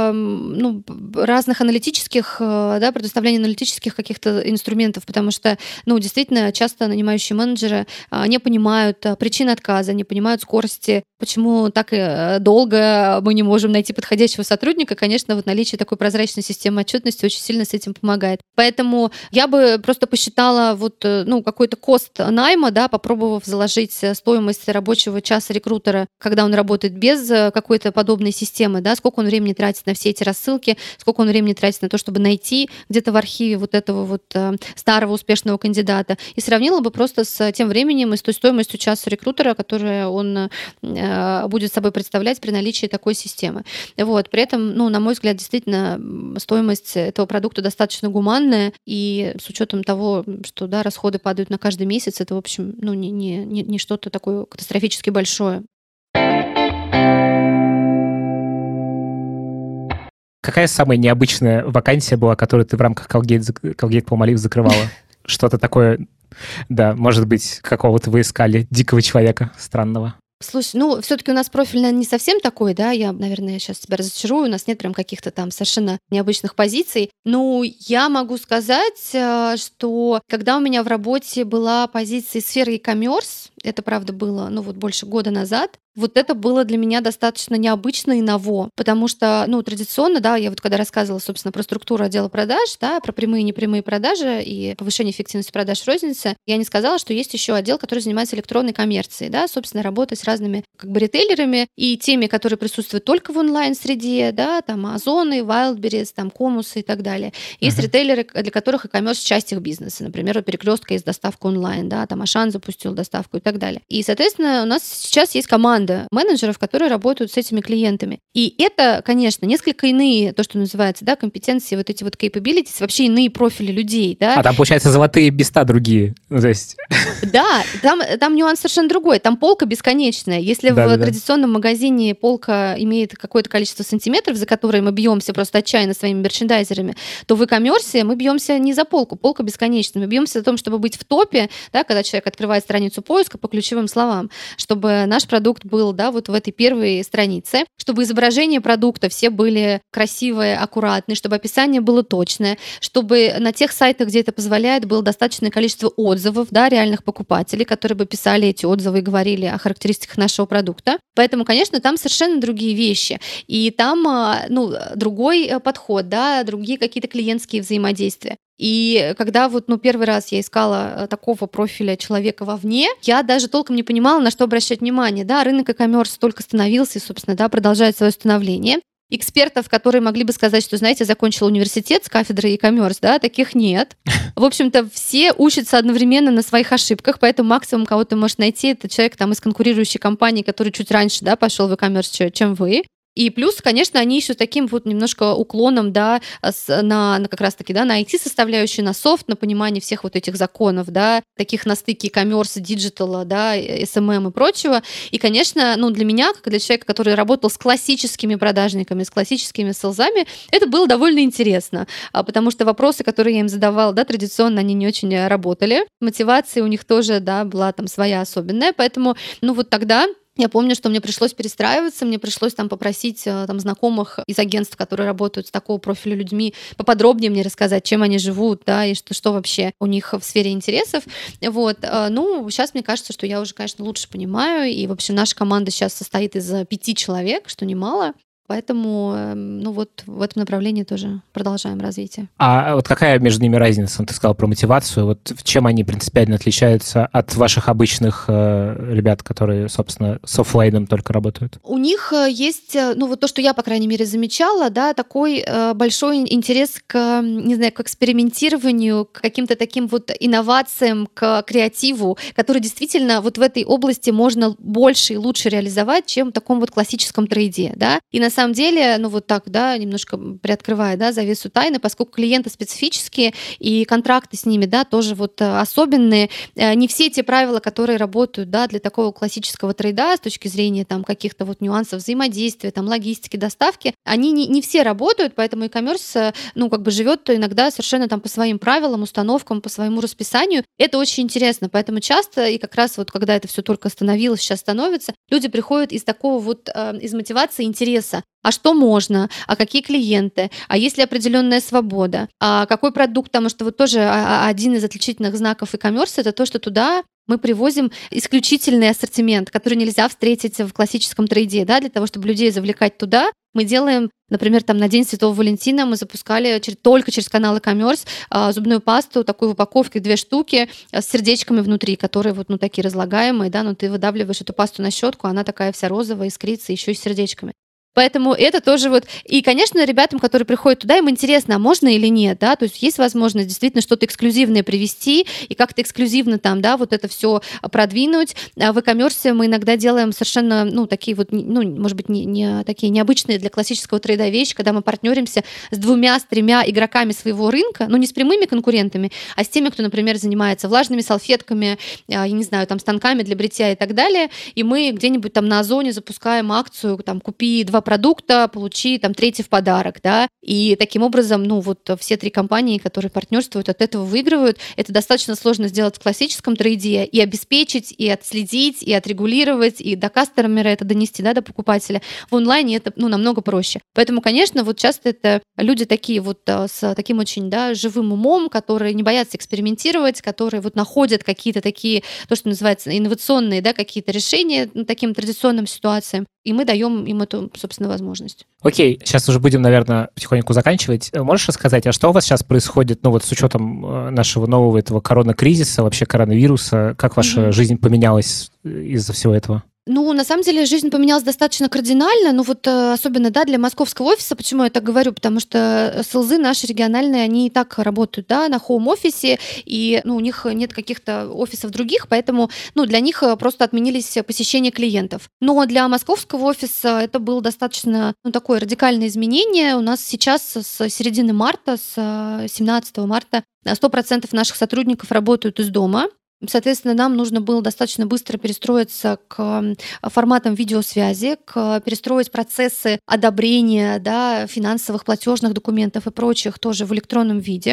ну, разных аналитических, да, предоставления аналитических каких-то инструментов, потому что, ну, действительно, часто нанимающие менеджеры не понимают причин отказа, не понимают скорости, почему так долго мы не можем найти подходящего сотрудника. Конечно, вот наличие такой прозрачной системы отчетности очень сильно с этим помогает. Поэтому я бы просто посчитала вот, ну, какой-то кост найма, да, попробовав заложить стоимость рабочего часа рекрутера, когда он работает без какой-то подобной системы, да, сколько он времени тратит на все эти рассылки, сколько он времени тратит на то, чтобы найти где-то в архиве вот этого вот э, старого успешного кандидата, и сравнила бы просто с тем временем и с той стоимостью часа рекрутера, которую он э, будет собой представлять при наличии такой системы. Вот. При этом, ну, на мой взгляд, действительно стоимость этого продукта достаточно гуманная, и с учетом того, что, да, расходы падают на каждый месяц, это, в общем, ну, не, не, не, не что-то такое катастрофически большое. Какая самая необычная вакансия была, которую ты в рамках Colgate, Colgate Palmolive закрывала? Что-то такое, да, может быть, какого-то вы искали дикого человека странного? Слушай, ну, все-таки у нас профиль, наверное, не совсем такой, да, я, наверное, сейчас тебя разочарую, у нас нет прям каких-то там совершенно необычных позиций. Ну, я могу сказать, что когда у меня в работе была позиция сферы e-commerce, это, правда, было, ну, вот больше года назад, вот это было для меня достаточно необычно и ново, потому что, ну, традиционно, да, я вот когда рассказывала, собственно, про структуру отдела продаж, да, про прямые и непрямые продажи и повышение эффективности продаж в рознице, я не сказала, что есть еще отдел, который занимается электронной коммерцией, да, собственно, работа с разными как бы ритейлерами и теми, которые присутствуют только в онлайн-среде, да, там Озоны, Wildberries, там Комусы и так далее. Есть uh-huh. ритейлеры, для которых e-commerce часть их бизнеса, например, у Перекрестка есть доставка онлайн, да, там Ашан запустил доставку и так далее. И, соответственно, у нас сейчас есть команда менеджеров, которые работают с этими клиентами. И это, конечно, несколько иные, то, что называется, да, компетенции, вот эти вот capabilities, вообще иные профили людей, да. А там, получается, золотые места другие, ну, то есть... Да, там, там нюанс совершенно другой. Там полка бесконечная. Если да, в да, традиционном да. магазине полка имеет какое-то количество сантиметров, за которые мы бьемся просто отчаянно своими мерчендайзерами, то в e-commerce мы бьемся не за полку, полка бесконечная. Мы бьемся за том, чтобы быть в топе, да, когда человек открывает страницу поиска по ключевым словам, чтобы наш продукт был, да, вот в этой первой странице, чтобы изображения продукта все были красивые, аккуратные, чтобы описание было точное, чтобы на тех сайтах, где это позволяет, было достаточное количество отзывов, да, реальных покупателей, которые бы писали эти отзывы и говорили о характеристиках нашего продукта. Поэтому, конечно, там совершенно другие вещи. И там, ну, другой подход, да, другие какие-то клиентские взаимодействия. И когда вот, ну, первый раз я искала такого профиля человека вовне, я даже толком не понимала, на что обращать внимание. Да, рынок e-commerce только становился и, собственно, да, продолжает свое становление. Экспертов, которые могли бы сказать, что, знаете, закончила университет с кафедрой e-commerce, да, таких нет. В общем-то, все учатся одновременно на своих ошибках, поэтому максимум, кого ты можешь найти, это человек там из конкурирующей компании, который чуть раньше, да, пошел в e-commerce, чем вы. И плюс, конечно, они еще таким вот немножко уклоном, да, на, на как раз-таки, да, на ай ти-составляющую, на софт, на понимание всех вот этих законов, да, таких на стыке e-commerce, диджитала, да, эс эм эм и прочего. И, конечно, ну, для меня, как для человека, который работал с классическими продажниками, с классическими селзами, это было довольно интересно, потому что вопросы, которые я им задавала, да, традиционно они не очень работали. Мотивация у них тоже, да, была там своя особенная, поэтому, ну, вот тогда я помню, что мне пришлось перестраиваться, мне пришлось там попросить там знакомых из агентств, которые работают с такого профиля людьми, поподробнее мне рассказать, чем они живут, да, и что, что вообще у них в сфере интересов. Вот. Ну, сейчас мне кажется, что я уже, конечно, лучше понимаю, и, в общем, наша команда сейчас состоит из пяти человек, что немало. Поэтому, ну вот в этом направлении тоже продолжаем развитие. А вот какая между ними разница? Ты сказал про мотивацию. Вот чем они принципиально отличаются от ваших обычных э, ребят, которые, собственно, с офлайном только работают? У них есть, ну вот то, что я, по крайней мере, замечала, да, такой э, большой интерес к, не знаю, к экспериментированию, к каким-то таким вот инновациям, к креативу, который действительно вот в этой области можно больше и лучше реализовать, чем в таком вот классическом трейде, да. И на На самом деле, ну вот так, да, немножко приоткрывая, да, завесу тайны, поскольку клиенты специфические и контракты с ними, да, тоже вот особенные, не все те правила, которые работают, да, для такого классического трейда с точки зрения там каких-то вот нюансов взаимодействия, там логистики, доставки, они не, не все работают, поэтому e-commerce, ну как бы живет иногда совершенно там по своим правилам, установкам, по своему расписанию. Это очень интересно, поэтому часто и как раз вот когда это все только становилось, сейчас становится, люди приходят из такого вот, из мотивации интереса. А что можно? А какие клиенты? А есть ли определенная свобода? А какой продукт? Потому что вот тоже один из отличительных знаков e-commerce — это то, что туда мы привозим исключительный ассортимент, который нельзя встретить в классическом трейде, да, для того, чтобы людей завлекать туда. Мы делаем, например, там на День Святого Валентина мы запускали через, только через канал e-commerce а, зубную пасту, такую в упаковке, две штуки с сердечками внутри, которые вот, ну, такие разлагаемые, да, но ты выдавливаешь эту пасту на щетку, она такая вся розовая, искрится, еще и с сердечками. Поэтому это тоже вот... И, конечно, ребятам, которые приходят туда, им интересно, а можно или нет, да, то есть есть возможность действительно что-то эксклюзивное привести и как-то эксклюзивно там, да, вот это все продвинуть. А в e-commerce мы иногда делаем совершенно, ну, такие вот, ну, может быть, не, не такие необычные для классического трейда вещи, когда мы партнеримся с двумя, с тремя игроками своего рынка, ну, не с прямыми конкурентами, а с теми, кто, например, занимается влажными салфетками, я не знаю, там, станками для бритья и так далее, и мы где-нибудь там на Озоне запускаем акцию, там, купи два продукта, получи там третий в подарок, да, и таким образом, ну, вот все три компании, которые партнерствуют, от этого выигрывают. Это достаточно сложно сделать в классическом трейде и обеспечить, и отследить, и отрегулировать, и до кастомера это донести, да, до покупателя. В онлайне это, ну, намного проще. Поэтому, конечно, вот часто это люди такие вот с таким очень, да, живым умом, которые не боятся экспериментировать, которые вот находят какие-то такие, то, что называется, инновационные, да, какие-то решения ну, таким традиционным ситуациям, и мы даем им эту, собственно, возможность. Окей, сейчас уже будем, наверное, потихоньку заканчивать. Можешь рассказать, а что у вас сейчас происходит, ну вот с учетом нашего нового этого коронакризиса, вообще коронавируса, как ваша mm-hmm. жизнь поменялась из-за всего этого? Ну, на самом деле, жизнь поменялась достаточно кардинально, ну вот особенно, да, для московского офиса. Почему я так говорю? Потому что селзы наши региональные, они и так работают, да, на хоум-офисе, и, ну, у них нет каких-то офисов других, поэтому, ну, для них просто отменились посещения клиентов. Но для московского офиса это было достаточно, ну, такое радикальное изменение. У нас сейчас с середины марта, с семнадцатого марта, сто процентов наших сотрудников работают из дома. Соответственно, нам нужно было достаточно быстро перестроиться к форматам видеосвязи, к перестроить процессы одобрения, да, финансовых платежных документов и прочих тоже в электронном виде.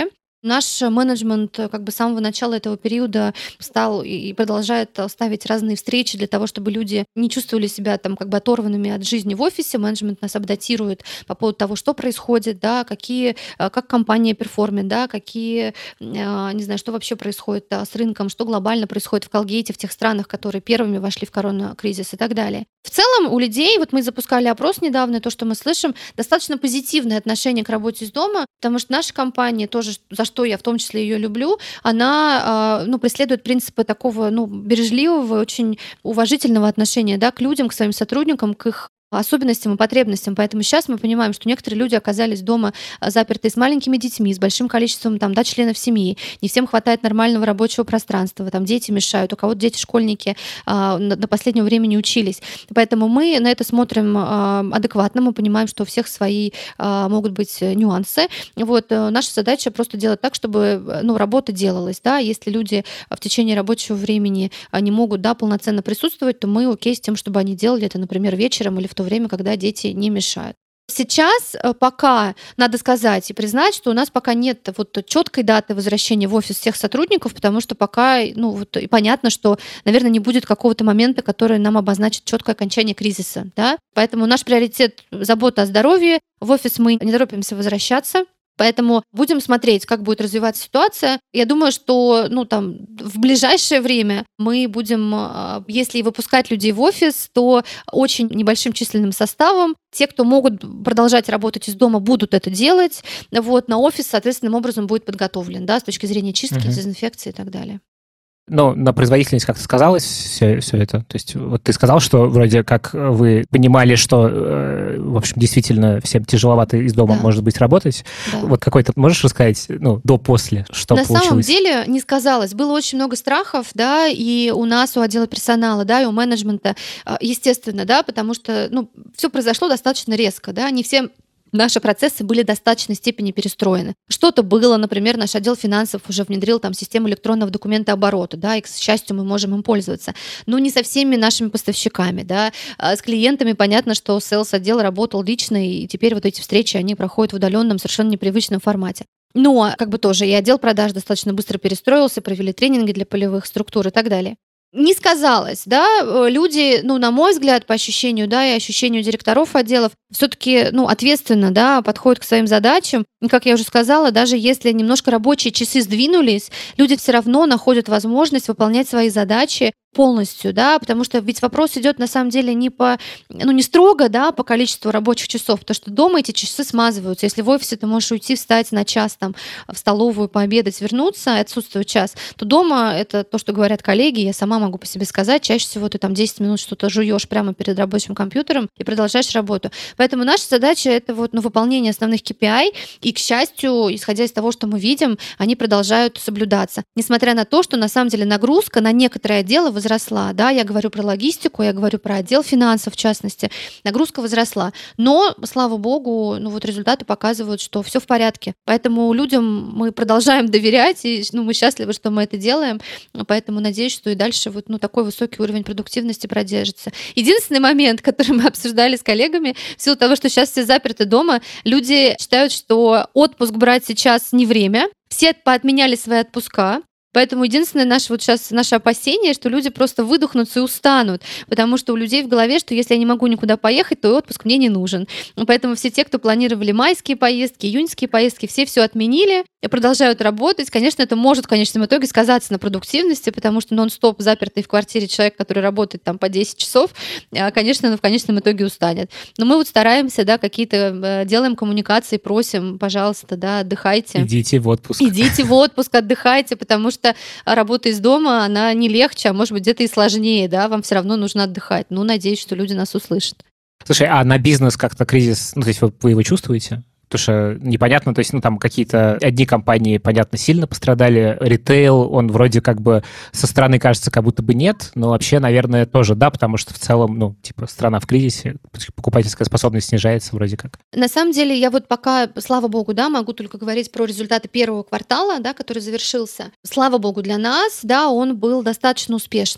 Наш менеджмент э, как бы с самого начала этого периода стал и продолжает э, ставить разные встречи для того, чтобы люди не чувствовали себя там как бы оторванными от жизни в офисе. Менеджмент нас апдатирует по поводу того, что происходит, да, какие, э, как компания перформит, да, какие, э, не знаю, что вообще происходит э, с рынком, что глобально происходит в Колгейте, в тех странах, которые первыми вошли в коронакризис и так далее. В целом у людей, вот мы запускали опрос недавно, и то, что мы слышим, достаточно позитивное отношение к работе из дома, потому что наша компания тоже, за что я в том числе ее люблю, она а, ну, преследует принципы такого ну, бережливого, очень уважительного отношения, да, к людям, к своим сотрудникам, к их особенностям и потребностям. Поэтому сейчас мы понимаем, что некоторые люди оказались дома а, запертые с маленькими детьми, с большим количеством там, да, членов семьи. Не всем хватает нормального рабочего пространства. Там дети мешают, у кого-то дети школьники а, на, до последнего времени учились. Поэтому мы на это смотрим а, адекватно. Мы понимаем, что у всех свои а, могут быть нюансы. Вот, а, наша задача просто делать так, чтобы ну, работа делалась. Да? Если люди в течение рабочего времени не могут да, полноценно присутствовать, то мы окей с тем, чтобы они делали это, например, вечером или в то время, когда дети не мешают. Сейчас э, пока надо сказать и признать, что у нас пока нет вот четкой даты возвращения в офис всех сотрудников, потому что пока, ну вот и понятно, что, наверное, не будет какого-то момента, который нам обозначит четкое окончание кризиса, да. Поэтому наш приоритет — забота о здоровье. В офис мы не торопимся возвращаться. Поэтому будем смотреть, как будет развиваться ситуация. Я думаю, что ну, там, в ближайшее время мы будем, если выпускать людей в офис, то очень небольшим численным составом. Те, кто могут продолжать работать из дома, будут это делать. Вот, на офис, соответственным образом, будет подготовлен да, с точки зрения чистки, угу. дезинфекции и так далее. Ну, на производительность как-то сказалось все, все это? То есть вот ты сказал, что вроде как вы понимали, что, э, в общем, действительно всем тяжеловато из дома, да. может быть, работать. Да. Вот какой-то можешь рассказать, ну, до-после, что на получилось? На самом деле не сказалось. Было очень много страхов, да, и у нас, у отдела персонала, да, и у менеджмента, естественно, да, потому что, ну, все произошло достаточно резко, да, не все наши процессы были в достаточной степени перестроены. Что-то было, например, наш отдел финансов уже внедрил там систему электронного документооборота, да, и, к счастью, мы можем им пользоваться. Но не со всеми нашими поставщиками, да. А с клиентами понятно, что селс-отдел работал лично, и теперь вот эти встречи, они проходят в удаленном, совершенно непривычном формате. Но как бы тоже и отдел продаж достаточно быстро перестроился, провели тренинги для полевых структур и так далее. Не сказалось, да, люди, ну, на мой взгляд, по ощущению, да, и ощущению директоров отделов, все-таки, ну, ответственно, да, подходят к своим задачам. И, как я уже сказала, даже если немножко рабочие часы сдвинулись, люди все равно находят возможность выполнять свои задачи полностью, да, потому что ведь вопрос идет на самом деле не по, ну, не строго, да, по количеству рабочих часов, потому что дома эти часы смазываются. Если в офисе ты можешь уйти, встать на час там в столовую, пообедать, вернуться, отсутствовать час, то дома это то, что говорят коллеги, я сама могу по себе сказать, чаще всего ты там десять минут что-то жуешь прямо перед рабочим компьютером и продолжаешь работу. Поэтому наша задача — это вот, ну, выполнение основных кей пи ай, и, к счастью, исходя из того, что мы видим, они продолжают соблюдаться. Несмотря на то, что на самом деле нагрузка на некоторые отделы возросла, да, я говорю про логистику, я говорю про отдел финансов, в частности, нагрузка возросла. Но, слава богу, ну вот результаты показывают, что все в порядке. Поэтому людям мы продолжаем доверять, и ну, мы счастливы, что мы это делаем. Поэтому надеюсь, что и дальше вот, ну, такой высокий уровень продуктивности продержится. Единственный момент, который мы обсуждали с коллегами, в силу того, что сейчас все заперты дома, люди считают, что отпуск брать сейчас не время. Все поотменяли свои отпуска. Поэтому единственное наше вот сейчас наше опасение, что люди просто выдохнутся и устанут, потому что у людей в голове, что если я не могу никуда поехать, то и отпуск мне не нужен. Поэтому все те, кто планировали майские поездки, июньские поездки, все все отменили и продолжают работать. Конечно, это может в конечном итоге сказаться на продуктивности, потому что нон-стоп запертый в квартире человек, который работает там по десять часов, конечно, он в конечном итоге устанет. Но мы вот стараемся, да, какие-то делаем коммуникации, просим, пожалуйста, да, отдыхайте. Идите в отпуск. Идите в отпуск, отдыхайте, потому что работа из дома, она не легче, а может быть где-то и сложнее, да, вам все равно нужно отдыхать. Ну, надеюсь, что люди нас услышат. Слушай, а на бизнес как-то кризис, ну, то есть вы, вы его чувствуете? Потому что непонятно, то есть, ну, там какие-то одни компании, понятно, сильно пострадали, ритейл, он вроде как бы со стороны кажется, как будто бы нет, но вообще, наверное, тоже да, потому что в целом, ну, типа, страна в кризисе, покупательская способность снижается вроде как. На самом деле, я вот пока, слава богу, да, могу только говорить про результаты первого квартала, да, который завершился. Слава богу для нас, да, он был достаточно успешным.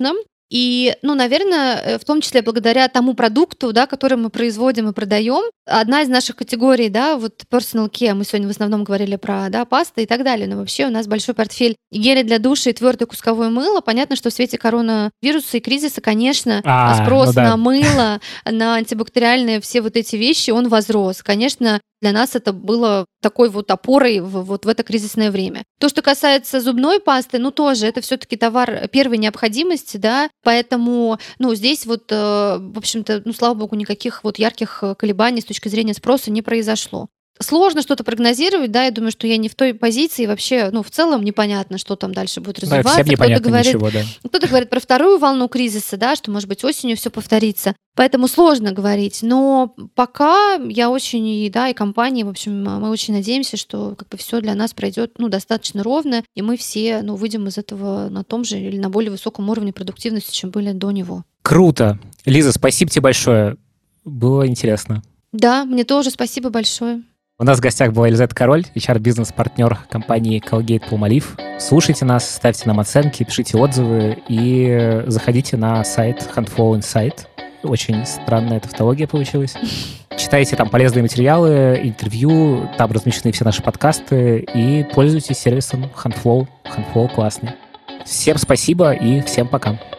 И, ну, наверное, в том числе благодаря тому продукту, да, который мы производим и продаем, одна из наших категорий, да, вот personal care, мы сегодня в основном говорили про, да, пасты и так далее, но вообще у нас большой портфель гели для душа и твердое кусковое мыло. Понятно, что в свете коронавируса и кризиса, конечно, А, спрос ну да. на мыло, на антибактериальные все вот эти вещи, он возрос. Конечно, для нас это было такой вот опорой в, вот в это кризисное время. То, что касается зубной пасты, ну тоже это все-таки товар первой необходимости, да, поэтому, ну здесь вот, э, в общем-то, ну слава богу, никаких вот ярких колебаний с точки зрения спроса не произошло. Сложно что-то прогнозировать, да, я думаю, что я не в той позиции, вообще, ну, в целом непонятно, что там дальше будет развиваться. Да, всем непонятно кто-то говорит, ничего, да. Кто-то говорит про вторую волну кризиса, да, что, может быть, осенью все повторится. Поэтому сложно говорить. Но пока я очень, и, да, и компании, в общем, мы очень надеемся, что как бы все для нас пройдет, ну, достаточно ровно, и мы все, ну, выйдем из этого на том же или на более высоком уровне продуктивности, чем были до него. Круто. Лиза, спасибо тебе большое. Было интересно. Да, мне тоже спасибо большое. У нас в гостях была Елизавета Король, эйч ар-бизнес-партнер компании Colgate-Palmolive. Слушайте нас, ставьте нам оценки, пишите отзывы и заходите на сайт Handful Insight. Очень странная тавтология получилась. Читайте там полезные материалы, интервью, там размещены все наши подкасты и пользуйтесь сервисом Handful. Handful классный. Всем спасибо и всем пока.